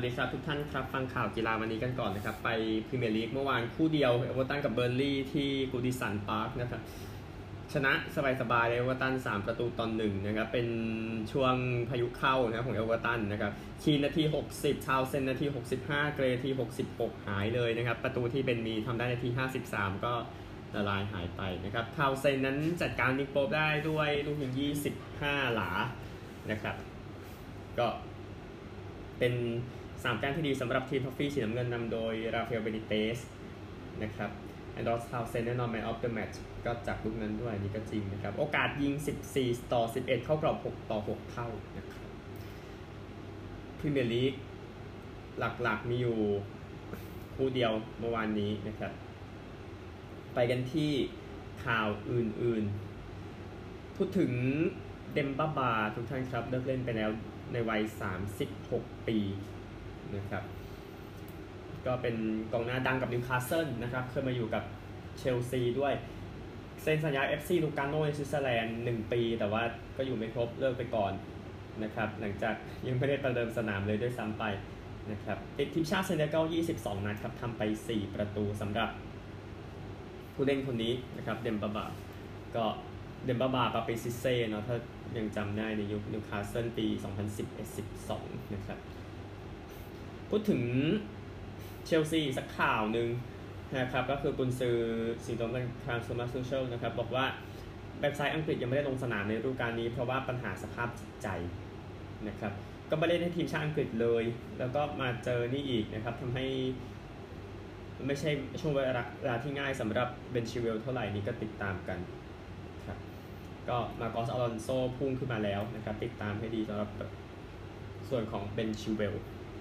วัสดีครับทุกท่านครับฟังข่าวกีฬาวันนี้กันก่อนนะครับไปพรีเมียร์ลีกเมื่อวานคู่เดียวเอเวอร์ตันกับเบอร์นลีย์ที่กูดิสันพาร์คนะครับชนะสบายๆเลยเอเวอร์ตัน3-1นะครับเป็นช่วงพายุเข้านะครับของเอเวอร์ตันนะครับคีนนาที60ชาวเซนนาที65เกรที66หายเลยนะครับประตูที่เป็นมีทำได้นาที53ก็ละลายหายไปนะครับชาวเซนนั้นจัดการนิกโป๊ปได้ด้วยลูกยิง25หลานะครับก็เป็น3แต้มที่ดีสำหรับทีมท็อฟฟี่สีน้ำเงินนำโดยราฟาเอลเบนิเตสนะครับแอนดรอสทาวเซนแน่นอนแมนออฟเดอะแมตช์ก็จากลูกนั้นด้วยนี่ก็จริงนะครับโอกาสยิง14-11เข้ากรอบ6-6เท่านะครับพรีเมียร์ลีกหลักๆมีอยู่คู่เดียวเมื่อวานนี้นะครับไปกันที่ข่าวอื่นๆพูดถึงเดมบ้าบาทุกท่านครับเลิกเล่นไปแล้วในวัย36ปีนะครับก็เป็นกองหน้าดังกับนิวคาสเซิลนะครับเคยมาอยู่กับเชลซีด้วยเซ็นสัญญา FC ลูกาโนในสวิตเซอร์แลนด์1ปีแต่ว่าก็อยู่ไม่ครบเลิกไปก่อนนะครับหลังจากยังไม่ได้ประเดิมสนามเลยด้วยซ้ำไปนะครับติดทีมชาติเซเนกัล22นัดครับทำไป4ประตูสำหรับผู้เล่นคนนี้นะครับเดมบ้าบาก็เดมบ้าบาปาเปซิเซ่เนาะถ้ายังจำได้ในยุคนิวคาสเซิลปี 2011-12 นะครับพูดถึงเชลซีสักข่าวหนึ่งนะครับก็คือกุนซือสิงโตเงินคาร์โซมาซูเชลนะครับบอกว่าเว็บไซต์อังกฤษยังไม่ได้ลงสนามในฤดูกาลนี้เพราะว่าปัญหาสภาพจิตใจนะครับก็ไม่ได้ให้ทีมชาติอังกฤษเลยแล้วก็มาเจอนี่อีกนะครับทำให้ไม่ใช่ช่วงเวลาที่ง่ายสำหรับเบนชิเวลเท่าไหร่นี้ก็ติดตามกันครับก็มาโกสอลอนโซพุ่งขึ้นมาแล้วนะครับติดตามให้ดีสำหรับส่วนของเบนชิเวล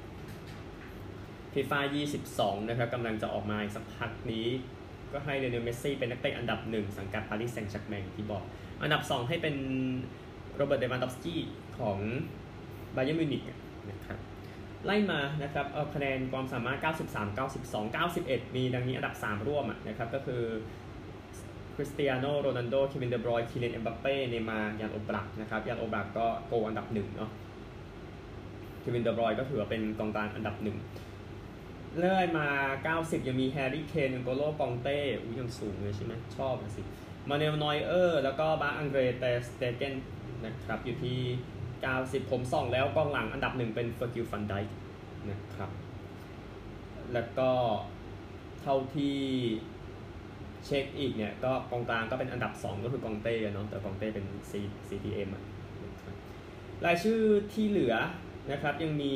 ฟีฟ่า22นะครับกำลังจะออกมาอีกสักพักนี้ก็ให้เลโอเนล เมสซี่เป็นนักเตะอันดับ1สังกัดปารีสแซงต์แชร์กแมงที่บอกอันดับ2ให้เป็นโรเบิร์ต เลวานดอฟสกี้ของบาเยิร์นมิวนิกนะครับไล่มานะครับเอาคะแนนความสามารถ93 92 91มีดังนี้อันดับ3ร่วมนะครับก็คือคริสเตียโนโรนัลโดเควินเดบรอยน์คิเลนเอ็มบัปเป้เนย์มาร์ยานโอบลักนะครับยานโอบลักก็โกอันดับ1เนาะเควินเดบรอยน์ก็ถือว่าเป็นกองกลางอันดับ1เลื่อยมา90ยังมีแฮร์รี่เคนอังโกโลปองเต้ยังสูงเลยใช่ไหมชอบสิมาเนลนอยเออร์แล้วก็บาอังเกรเตสเตเกนนะครับอยู่ที่90ผมส่องแล้วกองหลังอันดับ1เป็นเฟอร์กิลฟันไดค์นะครับแล้วก็เท่าที่เช็คอีกเนี่ยก็กองกลางก็เป็นอันดับ2ก็คือกองเต้เนาะแต่กองเต้เป็น CTM นะครับรายชื่อที่เหลือนะครับยังมี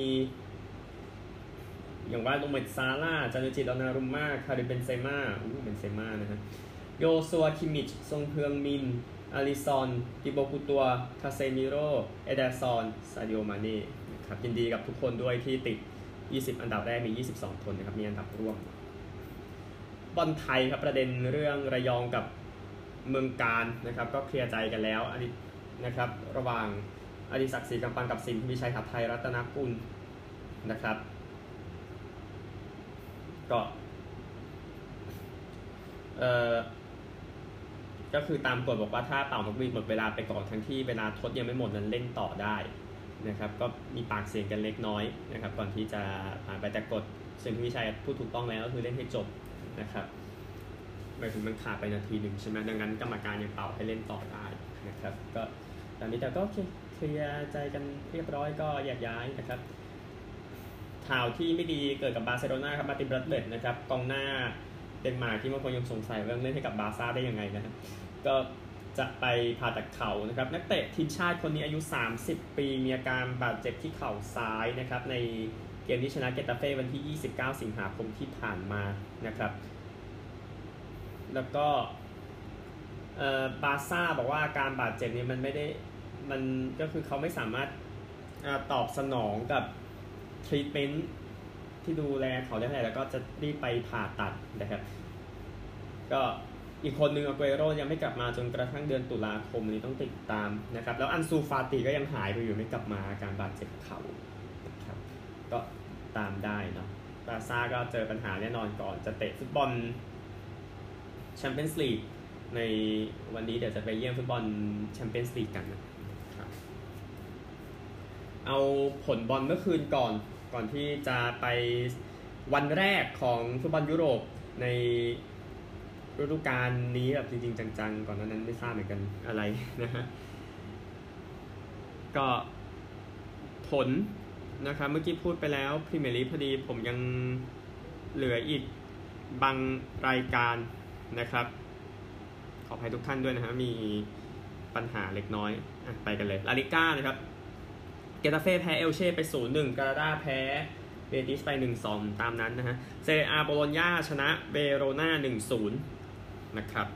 อย่างว่าโรเมตซาร่าจานุจิต ดอนนารุมม่าคาริเบนเซม่าเบนเซม่านะฮะโยซัวคิมิชซงเฮืองมินอาริซอนติโบกุตัวคาเซมิโรเอเดซอนซาดิโอมาเน่นะครับยินดีกับทุกคนด้วยที่ติด20อันดับแรกมี22คนนะครับมีอันดับร่วมบอลไทยครับประเด็นเรื่องระยองกับเมืองการนะครับก็เคลียร์ใจกันแล้วอันนี้นะครับระหว่างอดิศักดิ์ศรีกำปันกับสินพิชัยหัตถ์ไทยรัตนกุลนะครับก็ก็คือตามกฎบอกว่าถ้าเป่านกหวีดหมดเวลาไปก่อนทั้งที่เวลาทดยังไม่หมดนั้นเล่นต่อได้นะครับก็มีปากเสียงกันเล็กน้อยนะครับก่อนที่จะผ่านไปแต่กฎสินพิชัยพูดถูกต้องแล้วก็คือเล่นให้จบนะครับหมายถึงมันขาดไปนาที1ใช่ไหมดังนั้นกรรมการยังเป่าให้เล่นต่อได้นะครับก็ตอนนี้แต่ก็เคลียร์ใจกันเรียบร้อยก็แยกย้ายนะครับข่าวที่ไม่ดีเกิดกับบาร์เซโลนาครับมาติน บรัดเบิร์ดนะครับกองหน้าเดนมาร์กที่บางคนยังสงสัยว่าเล่นให้กับบาร์ซ่าได้ยังไงนะครับก็จะไปผ่าตัดเข่านะครับนักเตะทีมชาติคนนี้อายุ30ปีมีอาการบาดเจ็บที่เข่าซ้ายนะครับในเกมที่ชนะเกตาเฟ่วันที่29สิงหาคมที่ผ่านมานะครับแล้วก็บาร์ซ่าบอกว่าการบาดเจ็บนี้มันก็คือเขาไม่สามารถตอบสนองกับทรีทเมนต์ที่ดูแลเขาได้แล้วก็จะรีบไปผ่าตัดนะครับก็อีกคนนึงอาเกโรยังไม่กลับมาจนกระทั่งเดือนตุลาคมนี้ต้องติดตามนะครับแล้วอันซูฟาติก็ยังหายไปอยู่ไม่กลับมาการบาดเจ็บเข่านะครับก็ตามได้เนาะบาร์ซ่าก็เจอปัญหาแน่นอนก่อนจะเตะฟุตบอลแชมเปี้ยนส์ลีกในวันนี้เดี๋ยวจะไปเยี่ยมฟุตบอลแชมเปี้ยนส์ลีกกันนะครับเอาผลบอลเมื่อคืนก่อนก่อนที่จะไปวันแรกของฟุตบอลยุโรปในฤดูกาลนี้แบบจริงๆจังๆก่อนนั้นไม่ทราบเหมือนกันอะไรนะฮะก็ผลนะครับเมื่อกี้พูดไปแล้วพรีเมียร์ลีกพอดีผมยังเหลืออีกบางรายการนะครับขออภัยทุกท่านด้วยนะฮะมีปัญหาเล็กน้อยไปกันเลยลาลิก้านะครับเกตาเฟ่แพ้เอลเช่ไป 0-1 กราดาแพ้เบติสไป 1-2 ตามนั้นนะฮะเซเรียอาโบโลญญาชนะเวโรนา 1-0 นะครับ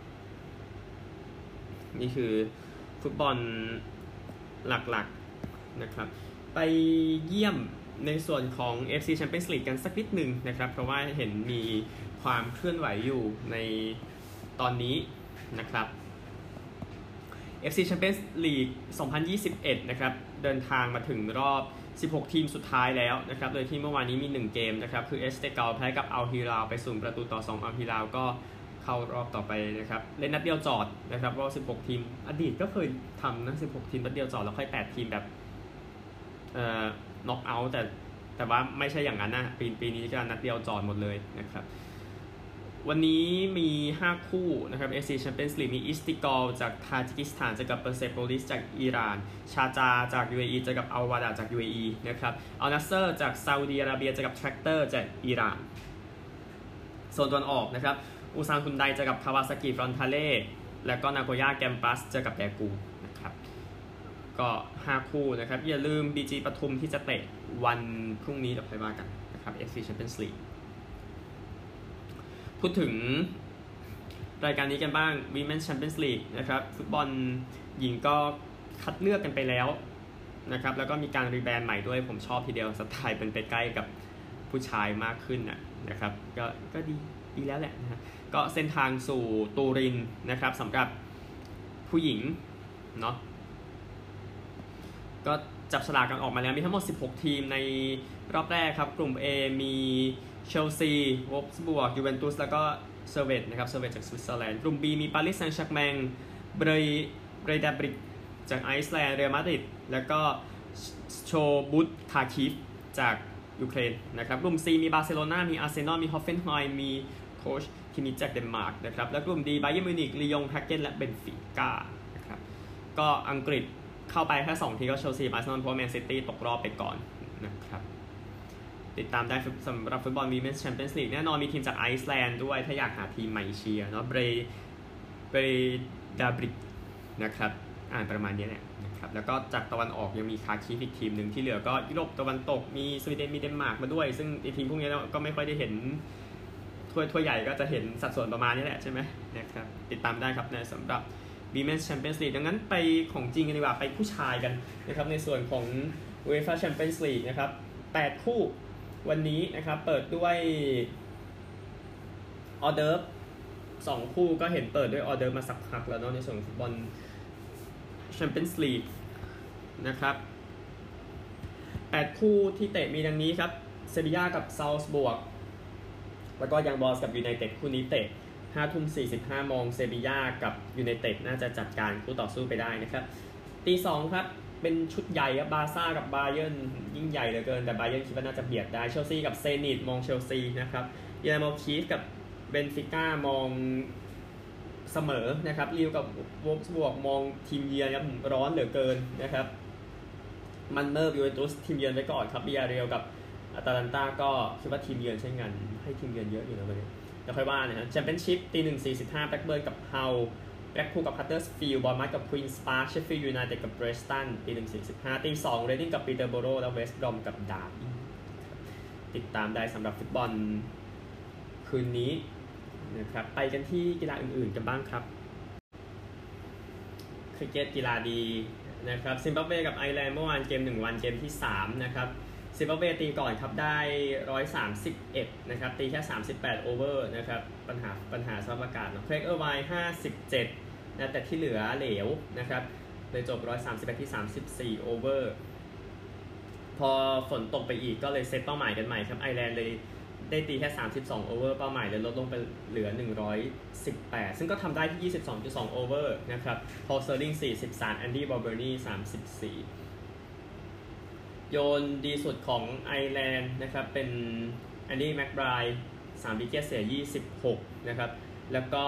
นี่คือฟุตบอลหลักๆนะครับไปเยี่ยมในส่วนของ FC Champions League กันสักนิดหนึ่งนะครับเพราะว่าเห็นมีความเคลื่อนไหวอยู่ในตอนนี้นะครับ FC Champions League 2021 นะครับเดินทางมาถึงรอบ16ทีมสุดท้ายแล้วนะครับโดยที่เมื่อวานนี้มี1เกมนะครับคือเอสเตเกาแพ้กับอัลฮิลาลไป0-2อัลฮิลาลก็เข้ารอบต่อไปนะครับเล่นนัดเดียวจอดนะครับรอบ16ทีมอดีตก็เคยทำนะ16ทีมนัดเดียวจอดแล้วค่อย8ทีมแบบน็อกเอาท์แต่ว่าไม่ใช่อย่างนั้นนะปีนี้จะนัดเดียวจอดหมดเลยนะครับวันนี้มี5คู่นะครับ AFC Champions League มีอิสติกอลจากทาจิกิสถานเจอกับเปอร์เซโปลิสจากอิหร่านชาจาจาก UAE เจอกับอัลวาดาจาก UAE นะครับอัลนัสเซอร์จากซาอุดิอาระเบียเจอกับแทรคเตอร์จากอิหร่านโซนตะวันออกนะครับอูซานคุนไดเจอกับคาวาซากิฟรอนทาเล่แล้วก็นาโกย่าแกมปัสเจอกับแดกูนะครับก็5คู่นะครับอย่าลืม BG ปทุมที่จะเตะวันพรุ่งนี้เดี๋ยวค่อยว่ากันนะครับ AFC Champions Leagueพูดถึงรายการนี้กันบ้าง Women's Champions League นะครับฟุตบอลหญิงก็คัดเลือกกันไปแล้วนะครับแล้วก็มีการรีแบรนด์ใหม่ด้วยผมชอบทีเดียวสไตล์เป็นไปใกล้กับผู้ชายมากขึ้นนะครับก็ดีแล้วแหละนะก็เส้นทางสู่ตูรินนะครับสำหรับผู้หญิงเนาะก็จับฉลากกันออกมาแล้วมีทั้งหมด16ทีมในรอบแรกครับกลุ่ม A มีเชลซีวอล์ฟสบวกยูเวนตุสแล้วก็เซอร์เวตนะครับเซอร์เวตจากสวิตเซอร์แลนด์กลุ่ม B มีปารีสแซงต์แชร์กแมงเบรดาบริกจากไอซ์แลนด์เรอัลมาดริดแล้วก็โชบุตคาคิฟจากยูเครนนะครับกลุ่ม C มีบาร์เซโลนามีอาร์เซนอลมีฮอฟเฟนไฮม์มีโค้ชที่มีจากเดนมาร์กนะครับแล้วกลุ่ม D ไบเยิร์นมิวนิกลียงแพ็กเกนและเบนฟิก้านะครับก็อังกฤษเข้าไปแค่2ทีก็เชลซีอาร์เซนอลเพราะแมนซิตี้ตกรอบไปก่อนนะครับติดตามได้สำหรับฟุตบอล Women's Champions League แน่นอนมีทีมจากไอซ์แลนด์ด้วยถ้าอยากหาทีมใหม่เชียร์เนาะเบรดาบริกนะครับประมาณนี้แหละนะครับแล้วก็จากตะวันออกยังมีคาคิฟอีกทีมหนึ่งที่เหลือก็ยุโรปตะวันตกมีสวีเดนมีเดนมาร์กมาด้วยซึ่งทีมพวกนี้ก็ไม่ค่อยได้เห็นถ้วยใหญ่ก็จะเห็นสัดส่วนประมาณนี้แหละใช่ไหมนะครับติดตามได้ครับในสำหรับ Women's Champions League ดังนั้นไปของจริงกันดีกว่าไปผู้ชายกันนะครับในส่วนของ UEFA Champions League นะครับ8คู่วันนี้นะครับเปิดด้วยออเดิร์ฟ2คู่ก็เห็นเปิดด้วยออเดิร์ฟมาสักพักแล้วเนาะในส่วนของฟุตบอลแชมเปี้ยนส์ลีกนะครับ8คู่ที่เตะมีดังนี้ครับเซบีย่ากับซาลซ์บวกแล้วก็ยังบอสกับยูไนเต็ดคู่นี้เตะ 5:45 น.เซบีย่ากับยูไนเต็ดน่าจะจัดการคู่ต่อสู้ไปได้นะครับตี 2ครับเป็นชุดใหญ่ครับบาร์ซ่ากับบาเยิร์นยิ่งใหญ่เหลือเกินแต่บาเยิร์นคิดว่าน่าจะเบียดได้เชลซีกับเซนิตมองเชลซีนะครับเยอรมันคีฟกับเบนฟิก้ามองเสมอนะครับลิวกับวอล์ฟสบวกมองทีมเยือนครับร้อนเหลือเกินนะครับมันเนอร์ยูเวนตุสทีมเยือนไว้ก่อนครับบิยาเรลกับอาตาลันตาก็คิดว่าทีมเยือนใช้งานให้ทีมเยือนเยอะอยู่นะวันนี้เดี๋ยวค่อยว่านะฮะแชมเปี้ยนชิพตี 1:45แบล็กเบิร์นกับเฮาแบล็กพูลกับฮัตเตอร์สฟิลด์บอร์มัธกับควีนส์ปาร์คเชฟฟิลด์ยูไนเต็ดกับเบรสตันตี 1:45ตี 2เรดดิ้งกับปีเตอร์โบโรและเวสต์บรอมกับดาร์บี้ติดตามได้สำหรับฟุตบอลคืนนี้นะครับไปกันที่กีฬาอื่นๆกันบ้างครับคริกเก็ตกีฬาดีนะครับซิมบับเวกับไอร์แลนด์เมื่อวานเกม1วันเกมที่3นะครับซิมบับเวตีก่อนครับได้131นะครับตีแค่38โอเวอร์นะครับปัญหาสภาพอากาศเครกไวน์57นะแต่ที่เหลือเหลวนะครับเลยจบ131ที่34โอเวอร์พอฝนตกไปอีกก็เลยเซตเป้าหมายกันใหม่ครับไอร์แลนด์เลยได้ตีแค่32โอเวอร์เป้าหมายเลยลดลงไปเหลือ118ซึ่งก็ทำได้ที่ 22.2 โอเวอร์นะครับพอลสเตอร์ลิง43แอนดี้บอลเบอร์นี่34 โยนดีสุดของไอร์แลนด์นะครับเป็นแอนดี้แม็กไบรด์3 วิกเก็ตเสีย26นะครับแล้วก็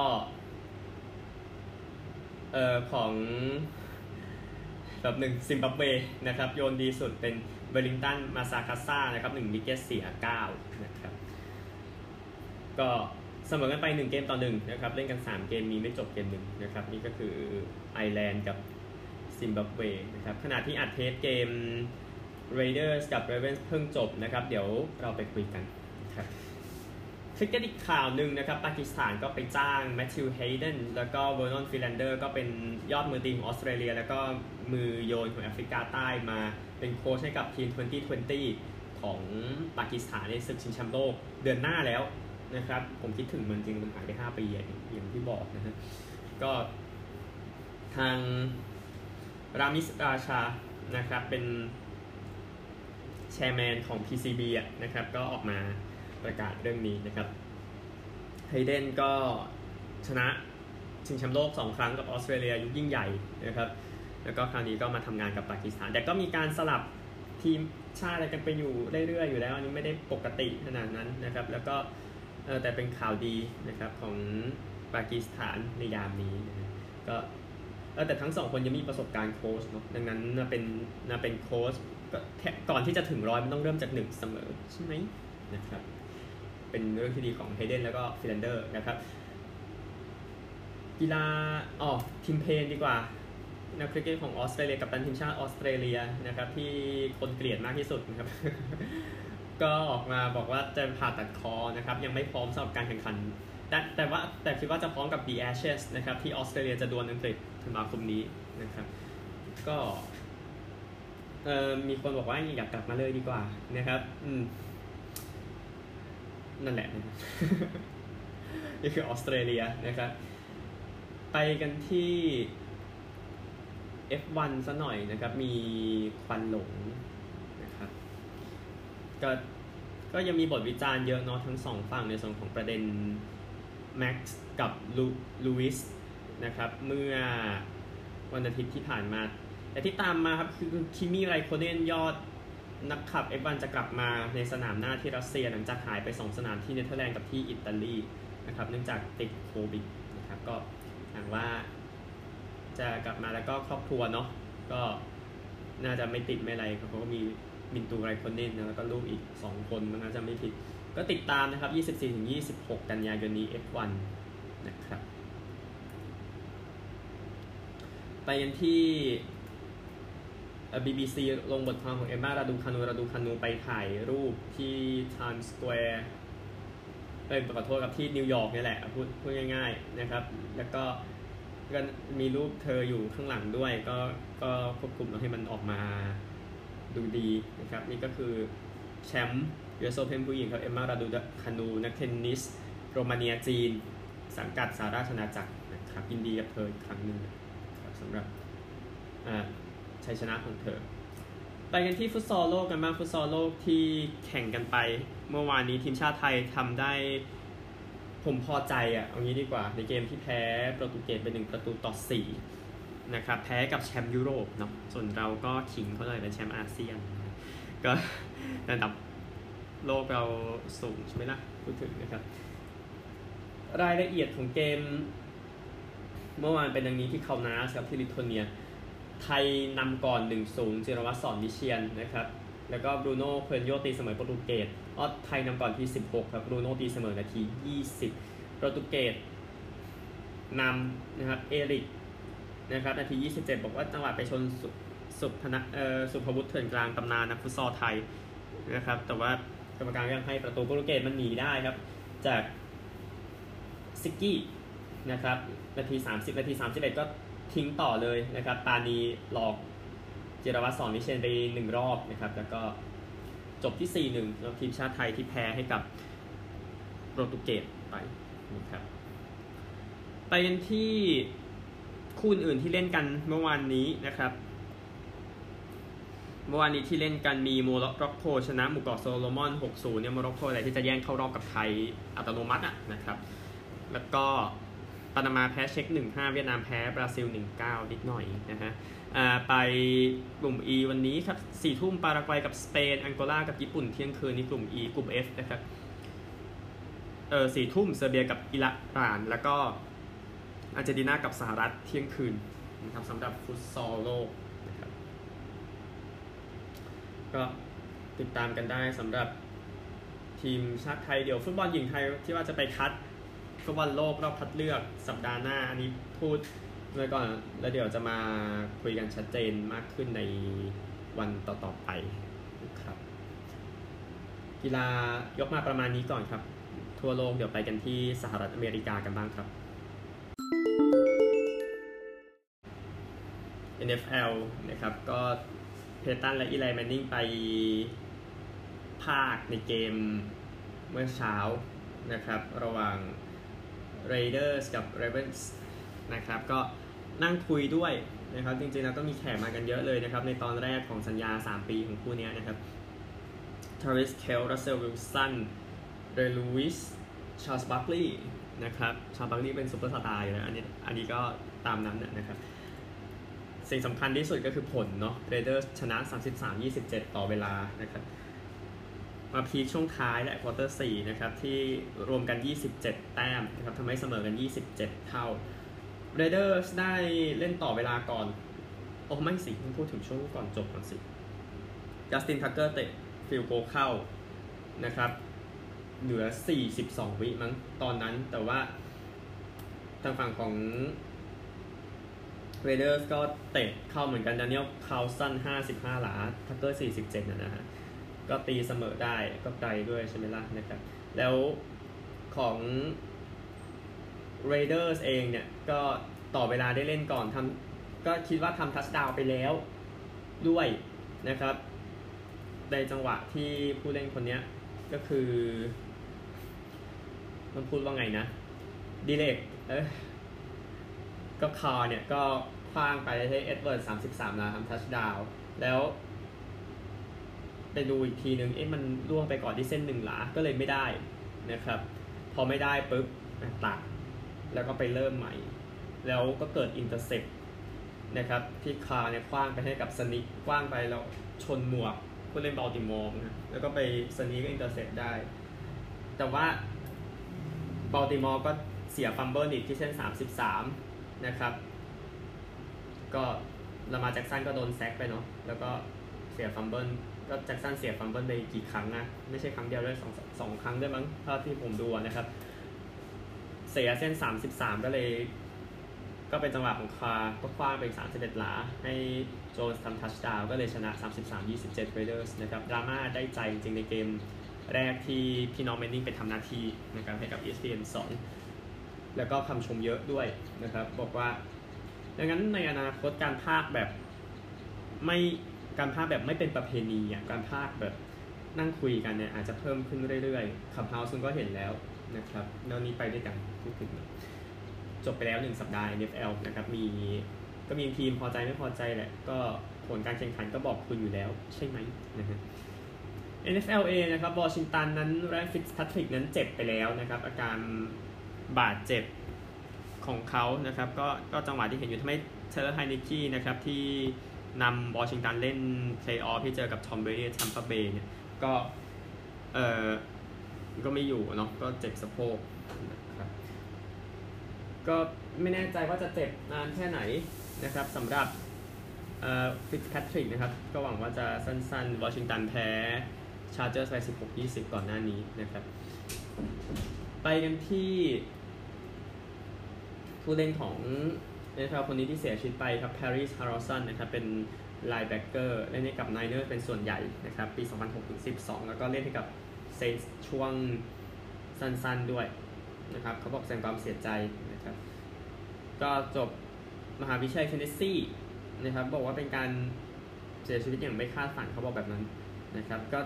ของแบบหนึ่งซิมบับเวนะครับโยนดีสุดเป็นเวลลิงตันมาซาคาซ่านะครับ1 วิกเก็ตเสีย9นะครับก็เสมอกันไป1 เกมต่อ1นะครับเล่นกัน3 เกมมีไม่จบเกม1นะครับนี่ก็คือไอร์แลนด์กับซิมบับเวนะครับขณะที่อัดเทปเกม Raiders กับ Ravens เพิ่งจบนะครับเดี๋ยวเราไปคุยกันครับคริกเก็ตอีกข่าวหนึ่งนะครับปากีสถานก็ไปจ้างแมทธิว เฮเดนแล้วก็เวอร์นอน ฟิลแลนเดอร์ก็เป็นยอดมือตีของออสเตรเลียแล้วก็มือโยนของแอฟริกาใต้มาเป็นโค้ชให้กับทีม 2020 ของปากีสถานในศึกชิงแชมป์โลกเดือนหน้าแล้วนะครับผมคิดถึงมันจริงมันหายไป5 ปีอย่างที่บอกนะฮะก็ทางรามิสราชานะครับเป็นแชร์แมนของ PCB นะครับก็ออกมาประกาศเรื่องนี้นะครับไฮเดนก็ชนะชิงแชมป์โลก2 ครั้งกับออสเตรเลียยุคยิ่งใหญ่นะครับแล้วก็คราวนี้ก็มาทำงานกับปากีสถานแต่ก็มีการสลับทีมชาติอะไรกันไปอยู่เรื่อยๆอยู่แล้วอันนี้ไม่ได้ปกติขนาดนั้นนะครับแล้วก็แต่เป็นข่าวดีนะครับของปากีสถานในยามนี้นะก็แต่ทั้ง2 คนยังมีประสบการณ์โค้ชเนาะดังนั้นเป็นโค้ชก่อนที่จะถึง100มันต้องเริ่มจาก1เสมอใช่ไหมนะครับเป็นเรื่องที่ดีของเฮเดนแล้วก็ฟิลแลนเดอร์นะครับกีฬาทีมเพนดีกว่านักคริกเก็ตของออสเตรเลียกัปตันทีมชาติออสเตรเลียนะครับที่คนเกลียดมากที่สุดนะครับ ก็ออกมาบอกว่าจะผ่าตัดคอนะครับยังไม่พร้อมสำหรับการแข่งขันแต่คิดว่าจะพร้อมกับ The Ashes นะครับที่ออสเตรเลียจะดวลอังกฤษธันวาคมนี้นะครับก็มีคนบอกว่าอยากกลับมาเลยดีกว่านะครับนั่นแหละ นี่คือออสเตรเลียนะครับไปกันที่ F1 ซะหน่อยนะครับมีควันหลงนะครับก็ยังมีบทวิจารณ์เยอะเนาะทั้ง2 ฝั่งในส่วนของประเด็นแม็กซ์กับลูอิสนะครับเมื่อวันอาทิตย์ที่ผ่านมาแต่ที่ตามมาครับคือคิมิไรโคเนนยอดนักขับ F1 จะกลับมาในสนามหน้าที่รัสเซียหลังจากหายไป2 สนามที่เนเธอร์แลนด์กับที่อิตาลีนะครับเนื่องจากติดโควิดนะครับก็หวังว่าจะกลับมาแล้วก็ครอบครัวเนาะก็น่าจะไม่ติดไม่อะไรเขาก็มีมินตูไรโคเนนแล้วก็ลูกอีก2 คนมันน่าจะไม่ผิดก็ติดตามนะครับ 24-26 กันยายนนี้ F1 นะครับไปกันที่ BBC ลงบทความของเอมม่าราดูคานูไปถ่ายรูปที่ Times Square ขอโทษกับที่นิวยอร์กนี่แหละพูดง่ายๆนะครับแล้วก็มีรูปเธออยู่ข้างหลังด้วยก็ควบคุมให้มันออกมาดูดีนะครับนี่ก็คือแชมป์US Open ผู้หญิงครับเอมม่าราดูคานูนักเทนนิสโรมาเนียจีนสังกัดสหราชอาณาจักรนะครับยินดีกับเธออีกครั้งหนึ่งครับสำหรับชัยชนะของเธอไปกันที่ฟุตซอลโลกกันบ้างฟุตซอลโลกที่แข่งกันไปเมื่อวานนี้ทีมชาติไทยทำได้ผมพอใจเอางี้ดีกว่าในเกมที่แพ้โปรตุเกสไป1-4นะครับแพ้กับแชมป์ยุโรปเนาะส่วนเราก็ขิงเขาหน่อยเป็นแชมป์อาเซียนก็ระดับโลกเราสูงใช่ไหมล่ะพูดถึงนะครับรายละเอียดของเกมเมื่อวานเป็นดังนี้ที่คานาสครับที่ลิทัวเนียไทยนำก่อน 1-0 จิรวัตร สอนวิเชียรนะครับแล้วก็บรูโน่เพลินโยตีเสมอโปรตุเกสไทยนำก่อนที่16ครับบรูโน่ตีเสมอนาที20โปรตุเกสนำนะครับเอริกนะครับนาที27บอกว่าจังหวะไปชนสุภวุฒิเถื่อนกลางตำนานนักฟุตซอลไทยนะครับแต่ว่ากรรมการยังให้ประตูโปรตุเกสมันหนีได้ครับจากซิกกี้นะครับนาที30นาที31ก็ทิ้งต่อเลยนะครับปานีหลอกจิรวัตร สอนวิเชียรไป1 รอบนะครับแล้วก็จบที่ 4-1 แล้วทีมชาติไทยที่แพ้ให้กับโปรตุเกสไปนะครับไปกันที่คู่อื่นที่เล่นกันเมื่อวานนี้นะครับเมื่อวานนี้ที่เล่นกันมีโมร็อกโกชนะหมู่เกาะโซโลมอน 6-0 เนี่ยโมร็อกโกอะไรที่จะแย่งเข้ารอบกับไทยอัตโนมัตินะครับแล้วก็ปานามาแพ้เช็ก 1-5 เวียดนามแพ้บราซิล 1-9 นิดหน่อยนะฮะไปกลุ่ม E วันนี้ครับ 4 ทุ่มปารากวัยกับสเปนอังโกลากับญี่ปุ่นเที่ยงคืนนี้กลุ่ม E กลุ่ม F นะครับ4 ทุ่มเซอร์เบียกับอิหร่านแล้วก็อาร์เจนตินากับสหรัฐเที่ยงคืนนะครับสำหรับฟุตซอลโลกนะครับก็ติดตามกันได้สำหรับทีมชาติไทยเดี๋ยวฟุตบอลหญิงไทยที่ว่าจะไปคัดฟุตบอลโลกรอบคัดเลือกสัปดาห์หน้าอันนี้พูดไว้ก่อนแล้วเดี๋ยวจะมาคุยกันชัดเจนมากขึ้นในวันต่อๆไปนะครับกีฬายกมาประมาณนี้ก่อนครับทั่วโลกเดี๋ยวไปกันที่สหรัฐอเมริกากันบ้างครับ NFL นะครับก็เพตันและอีไลแมนนิงไปภาคในเกมเมื่อเช้านะครับระหว่าง Raiders กับ Ravens นะครับก็นั่งคุยด้วยนะครับจริงๆแล้วก็มีแขกมากันเยอะเลยนะครับในตอนแรกของสัญญา3 ปีของคู่นี้นะครับ Travis Kelce Russell Wilson Ray Lewis Charles Barkley นะครับ Charles Barkley เป็นซุปเปอร์สตาร์อยู่แล้วอันนี้ก็ตามนั้นนะครับสิ่งสำคัญที่สุดก็คือผลเนาะ Raiders ชนะ 33-27 ต่อเวลานะครับมาพีคช่วงท้ายและควอเตอร์4นะครับที่รวมกัน27แต้มนะครับทำให้เสมอกัน27เท่า Raiders ได้เล่นต่อเวลาก่อนไม่สิพูดถึงช่วงก่อนจบก่อนสิ Justin Tucker เตะฟิลด์โกลเข้านะครับเหลือ42วิมั้งตอนนั้นแต่ว่าทางฝั่งของ Raiders ก็เตะเข้าเหมือนกัน Daniel Carlson 55 หลา Tucker 47นะฮะก็ตีเสมอได้ก็ไกลด้วยใช่ไหมล่ะนะครับแล้วของ Raiders เองเนี่ยก็ต่อเวลาได้เล่นก่อนก็คิดว่าทำทัชดาวน์ไปแล้วด้วยนะครับในจังหวะที่ผู้เล่นคนนี้ก็คือมันพูดว่าไงนะดีเล็กก็คาร์เนี่ยก็คว้างไปให้เอ็ดเวิร์ด33หลาทำทัชดาวน์แล้วไปดูอีกทีนึงมันล่วงไปก่อนที่เส้น1 หลาก็เลยไม่ได้นะครับพอไม่ได้ปุ๊บตัดแล้วก็ไปเริ่มใหม่แล้วก็เกิดอินเตอร์เซปนะครับที่คาร์เนี่ยคว้างไปให้กับสนิกคว้างไปแล้วชนหมวกผู้เล่นบัลติมอร์นะแล้วก็ไปสนิกก็อินเตอร์เซปได้แต่ว่าบัลติมอร์ก็เสียฟัมเบิลอีกที่เส้น33นะครับก็ลามาร์แจ็กสันก็โดนแซกไปเนาะแล้วก็เสียฟัมเบิลก็แจ็กสันเสียฟัมเบิลไปกี่ครั้งนะไม่ใช่ครั้งเดียวด้วยสองครั้งด้วยมั้งเท่าที่ผมดูนะครับเสียเส้น33ก็เป็นจังหวะของคาร์ก็คว้างไป31หลาให้โจนส์ทำทัชดาวน์ก็เลยชนะ 33-27 Raiders นะครับดราม่าได้ใจจริงๆในเกมแรกที่พี่น้องแมนนิงไปทำหน้าที่นะครับให้กับ ESPN 2แล้วก็คำชมเยอะด้วยนะครับบอกว่าดังนั้นในอนาคตการพากย์แบบไม่เป็นประเพณีการพากย์แบบนั่งคุยกันเนี่ยอาจจะเพิ่มขึ้นเรื่อยๆคับเฮาส์ก็เห็นแล้วนะครับแล้วนี้ไปด้วยกันพูดถึงจบไปแล้ว1 สัปดาห์ NFL นะครับก็มีทีมพอใจไม่พอใจแหละก็ผลการแข่งขันก็บอกคุณอยู่แล้วใช่ไหมนะฮะ NFL นะครับวอชิงตันนั้นแรนฟิตซ์แพทริกนั้นเจ็บไปแล้วนะครับอาการบาดเจ็บของเขานะครับก็จังหวะที่เห็นอยู่ทำให้เทเลอร์ไฮนิกกี้นะครับที่นำวอชิงตันเล่นเพลย์ออฟที่เจอกับทอมเบรดี้แทมปาเบย์เนี่ยก็ไม่อยู่เนาะก็เจ็บสะโพกนะครับก็ไม่แน่ใจว่าจะเจ็บนานแค่ไหนนะครับสำหรับฟิตซ์แพทริกนะครับก็หวังว่าจะสั้นๆวอชิงตันแพ้ชาร์เจอร์สไป 16-20 ก่อนหน้านี้นะครับไปกันที่ผู้เล่นของNFLคนนี้ที่เสียชีวิตไปครับ Paris Harrison นะครับเป็นไลน์แบ็คเกอร์เล่นให้กับ Niners เป็นส่วนใหญ่นะครับปี 2006-12 แล้วก็เล่นให้กับ Saints ช่วงสั้นๆด้วยนะครับเขาบอกแสดงความเสียใจนะครับก็จบมหาวิทยาลัยเทนเนสซีนะครับบอกว่าเป็นการเสียชีวิตอย่างไม่คาดฝันเขาบอกแบบนั้นนะครับก็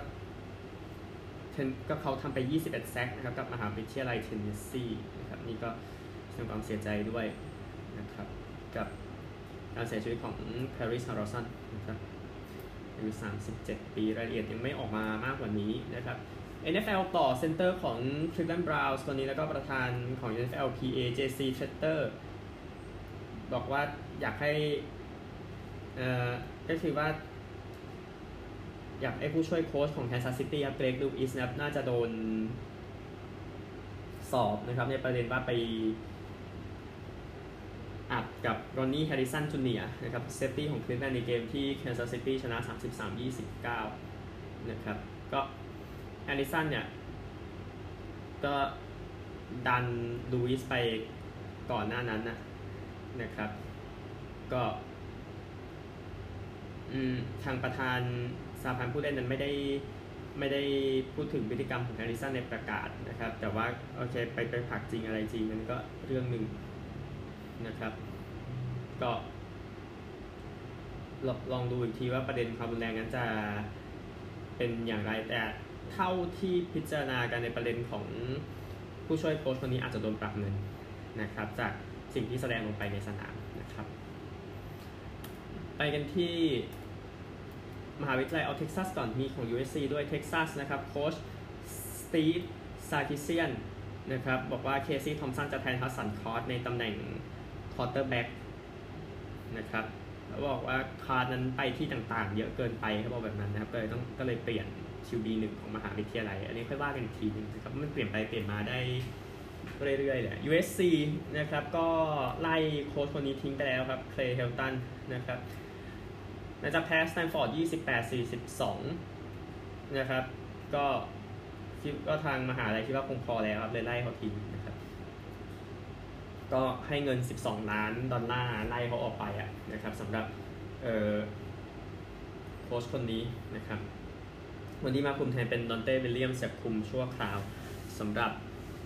เขาทำไป21แซกนะครับกับมหาวิทยาลัยเทนเนสซีนะครับนี่ก็แสดงความเสียใจด้วยนะครับกับการเสียชีวิตของ Paris Harrison นะครับอายุ37 ปีรายละเอียดยังไม่ออกมามากกว่านี้นะครับ NFL ต่อเซนเตอร์ของ Cleveland Browns คนนี้แล้วก็ประธานของ NFLPA JC Tretter บอกว่าอยากให้ก็คือว่าอยากให้ผู้ช่วยโค้ชของ Kansas City ครับ Greg Lewis นะครับน่าจะโดนสอบนะครับในประเด็นว่าไปอัดกับ Ronnie Harrison Jr. นะครับเซฟตี้ของ Cleveland ในเกมที่ Kansas City ชนะ 33-29 นะครับก็ Harrison เนี่ยก็ดันลูอิสไปก่อนหน้านั้นนะครับก็ทางประธานสหพันธ์ผู้เล่นนั้นไม่ได้พูดถึงพฤติกรรมของแฮร์ริสันในประกาศนะครับแต่ว่าโอเคไปผลักจริงอะไรจริงนั้นก็เรื่องหนึ่งนะครับก็ลองดูอีกทีว่าประเด็นความรุนแรงนั้นจะเป็นอย่างไรแต่เท่าที่พิจารณากันในประเด็นของผู้ช่วยโค้ชคนนี้อาจจะโดนปรับเงินนะครับจากสิ่งที่แสดงลงไปในสนามนะครับไปกันที่มหาวิทยาลัยเท็กซัสก่อนมีของ USC ด้วยเท็กซัสนะครับโค้ชสตีฟซาร์กิเซียนนะครับบอกว่าเคซี่ทอมสันจะแทนฮัสสันคอร์สในตำแหน่งควอเตอร์แบ็กนะครับแล้วบอกว่าคาร์ดนั้นไปที่ต่างๆเยอะเกินไปเขาบอกแบบนั้นนะครับก็เลยเปลี่ยน QB1 ของมหาวิทยาลัยอันนี้ค่อยว่ากันอีกทีนึงนะครับมันเปลี่ยนไปเปลี่ยนมาได้เรื่อยๆเลย USC นะครับก็ไล่โค้ชคนนี้ทิ้งไปแล้วครับเคลย์เฮลตันนะครับน่าจะแพ้สแตนฟอร์ด 28-42 นะครับก็คิดก็ทางมหาลัยคิดว่าคงพอแล้วครับเลยไล่เขาทิ้งนะครับก็ให้เงิน$12 ล้านไล่เขาออกไปนะครับสำหรับโค้ชคนนี้นะครับวันที่มาคุมแทนเป็นดอนเต้ วิลเลียมส์คุมชั่วคราวสำหรับ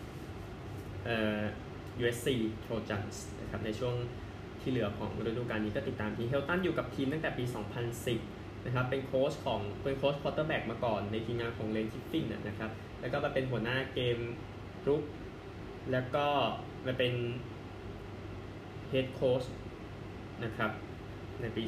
USC Trojans นะครับในช่วงที่เหลือของฤดูกาลนี้ก็ติดตามทีเฮลตันอยู่กับทีมตั้งแต่ปี 2010 นะครับเป็นโค้ชควอเตอร์แบ็กมาก่อนในทีมงานของเลนคิฟฟินนะครับแล้วก็มาเป็นหัวหน้าเกมรุกแล้วก็มาเป็นเฮดโค้ชนะครับในปี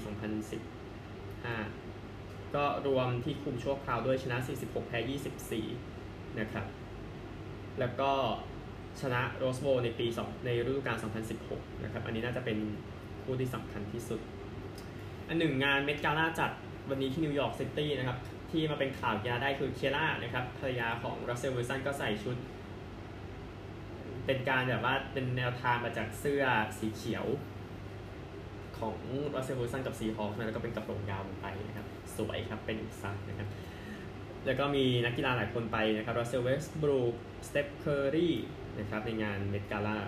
2015 ก็รวมที่คุมชั่วคราวด้วยชนะ 46 แพ้ 24 นะครับแล้วก็ชนะโรสโบว์ในฤดูกาล 2016 นะครับอันนี้น่าจะเป็นคู่ที่สำคัญที่สุดอันหนึ่งงานเมดกาล่าจัดวันนี้ที่นิวยอร์กซิตี้นะครับที่มาเป็นข่าวยาได้คือเคียร่านะครับภรรยาของรัสเซล วิลสันก็ใส่ชุดเป็นการแบบว่าเป็นแนวทางมาจากเสื้อสีเขียวของรัสเซล วิลสันกับซีฮอคส์แล้วก็เป็นกระโปรงยาวลงไปนะครับสวยครับเป็นอีกซักนะครับแล้วก็มีนักกีฬาหลายคนไปนะครับรัสเซล เวสต์บรูค สเตฟ เคอร์รีนะครับในงานเมดกาล่า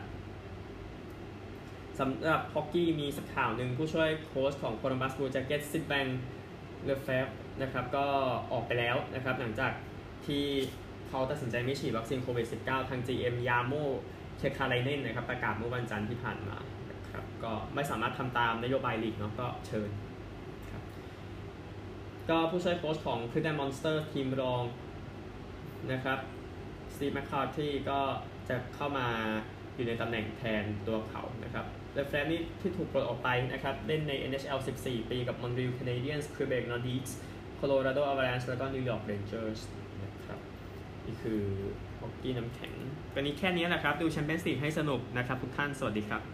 สำหรับฮอกกี้มีสักข่าวหนึ่งผู้ช่วยโค้ชของโคลัมบัส บลู แจ็คเก็ตส์ ซิดแบงค์ เลเฟฟนะครับก็ออกไปแล้วนะครับหลังจากที่เขาตัดสินใจไม่ฉีดวัคซีนโควิด -19 ทาง GM ยาโม เคคาไลเนนนะครับประกาศเมื่อวันจันทร์ที่ผ่านมานะครับก็ไม่สามารถทำตามนโยบายลีกเนาะก็เชิญครับก็ผู้ช่วยโค้ชของ Cleveland Monsters ทีมรองนะครับสตีฟ แมคคาร์ทีก็จะเข้ามาอยู่ในตำแหน่งแทนตัวเขานะครับเลฟแฟนนี่ที่ถูกปลดออกไปนะครับเล่นใน NHL 14 ปีกับ Montreal Canadiens, Quebec Nordiques, Colorado Avalanche แล้วก็ New York Rangers นะครับนี่คือฮอกกี้น้ำแข็งวันนี้แค่นี้แหละครับดูแชมเปี้ยนส์ลีกให้สนุกนะครับทุกท่านสวัสดีครับ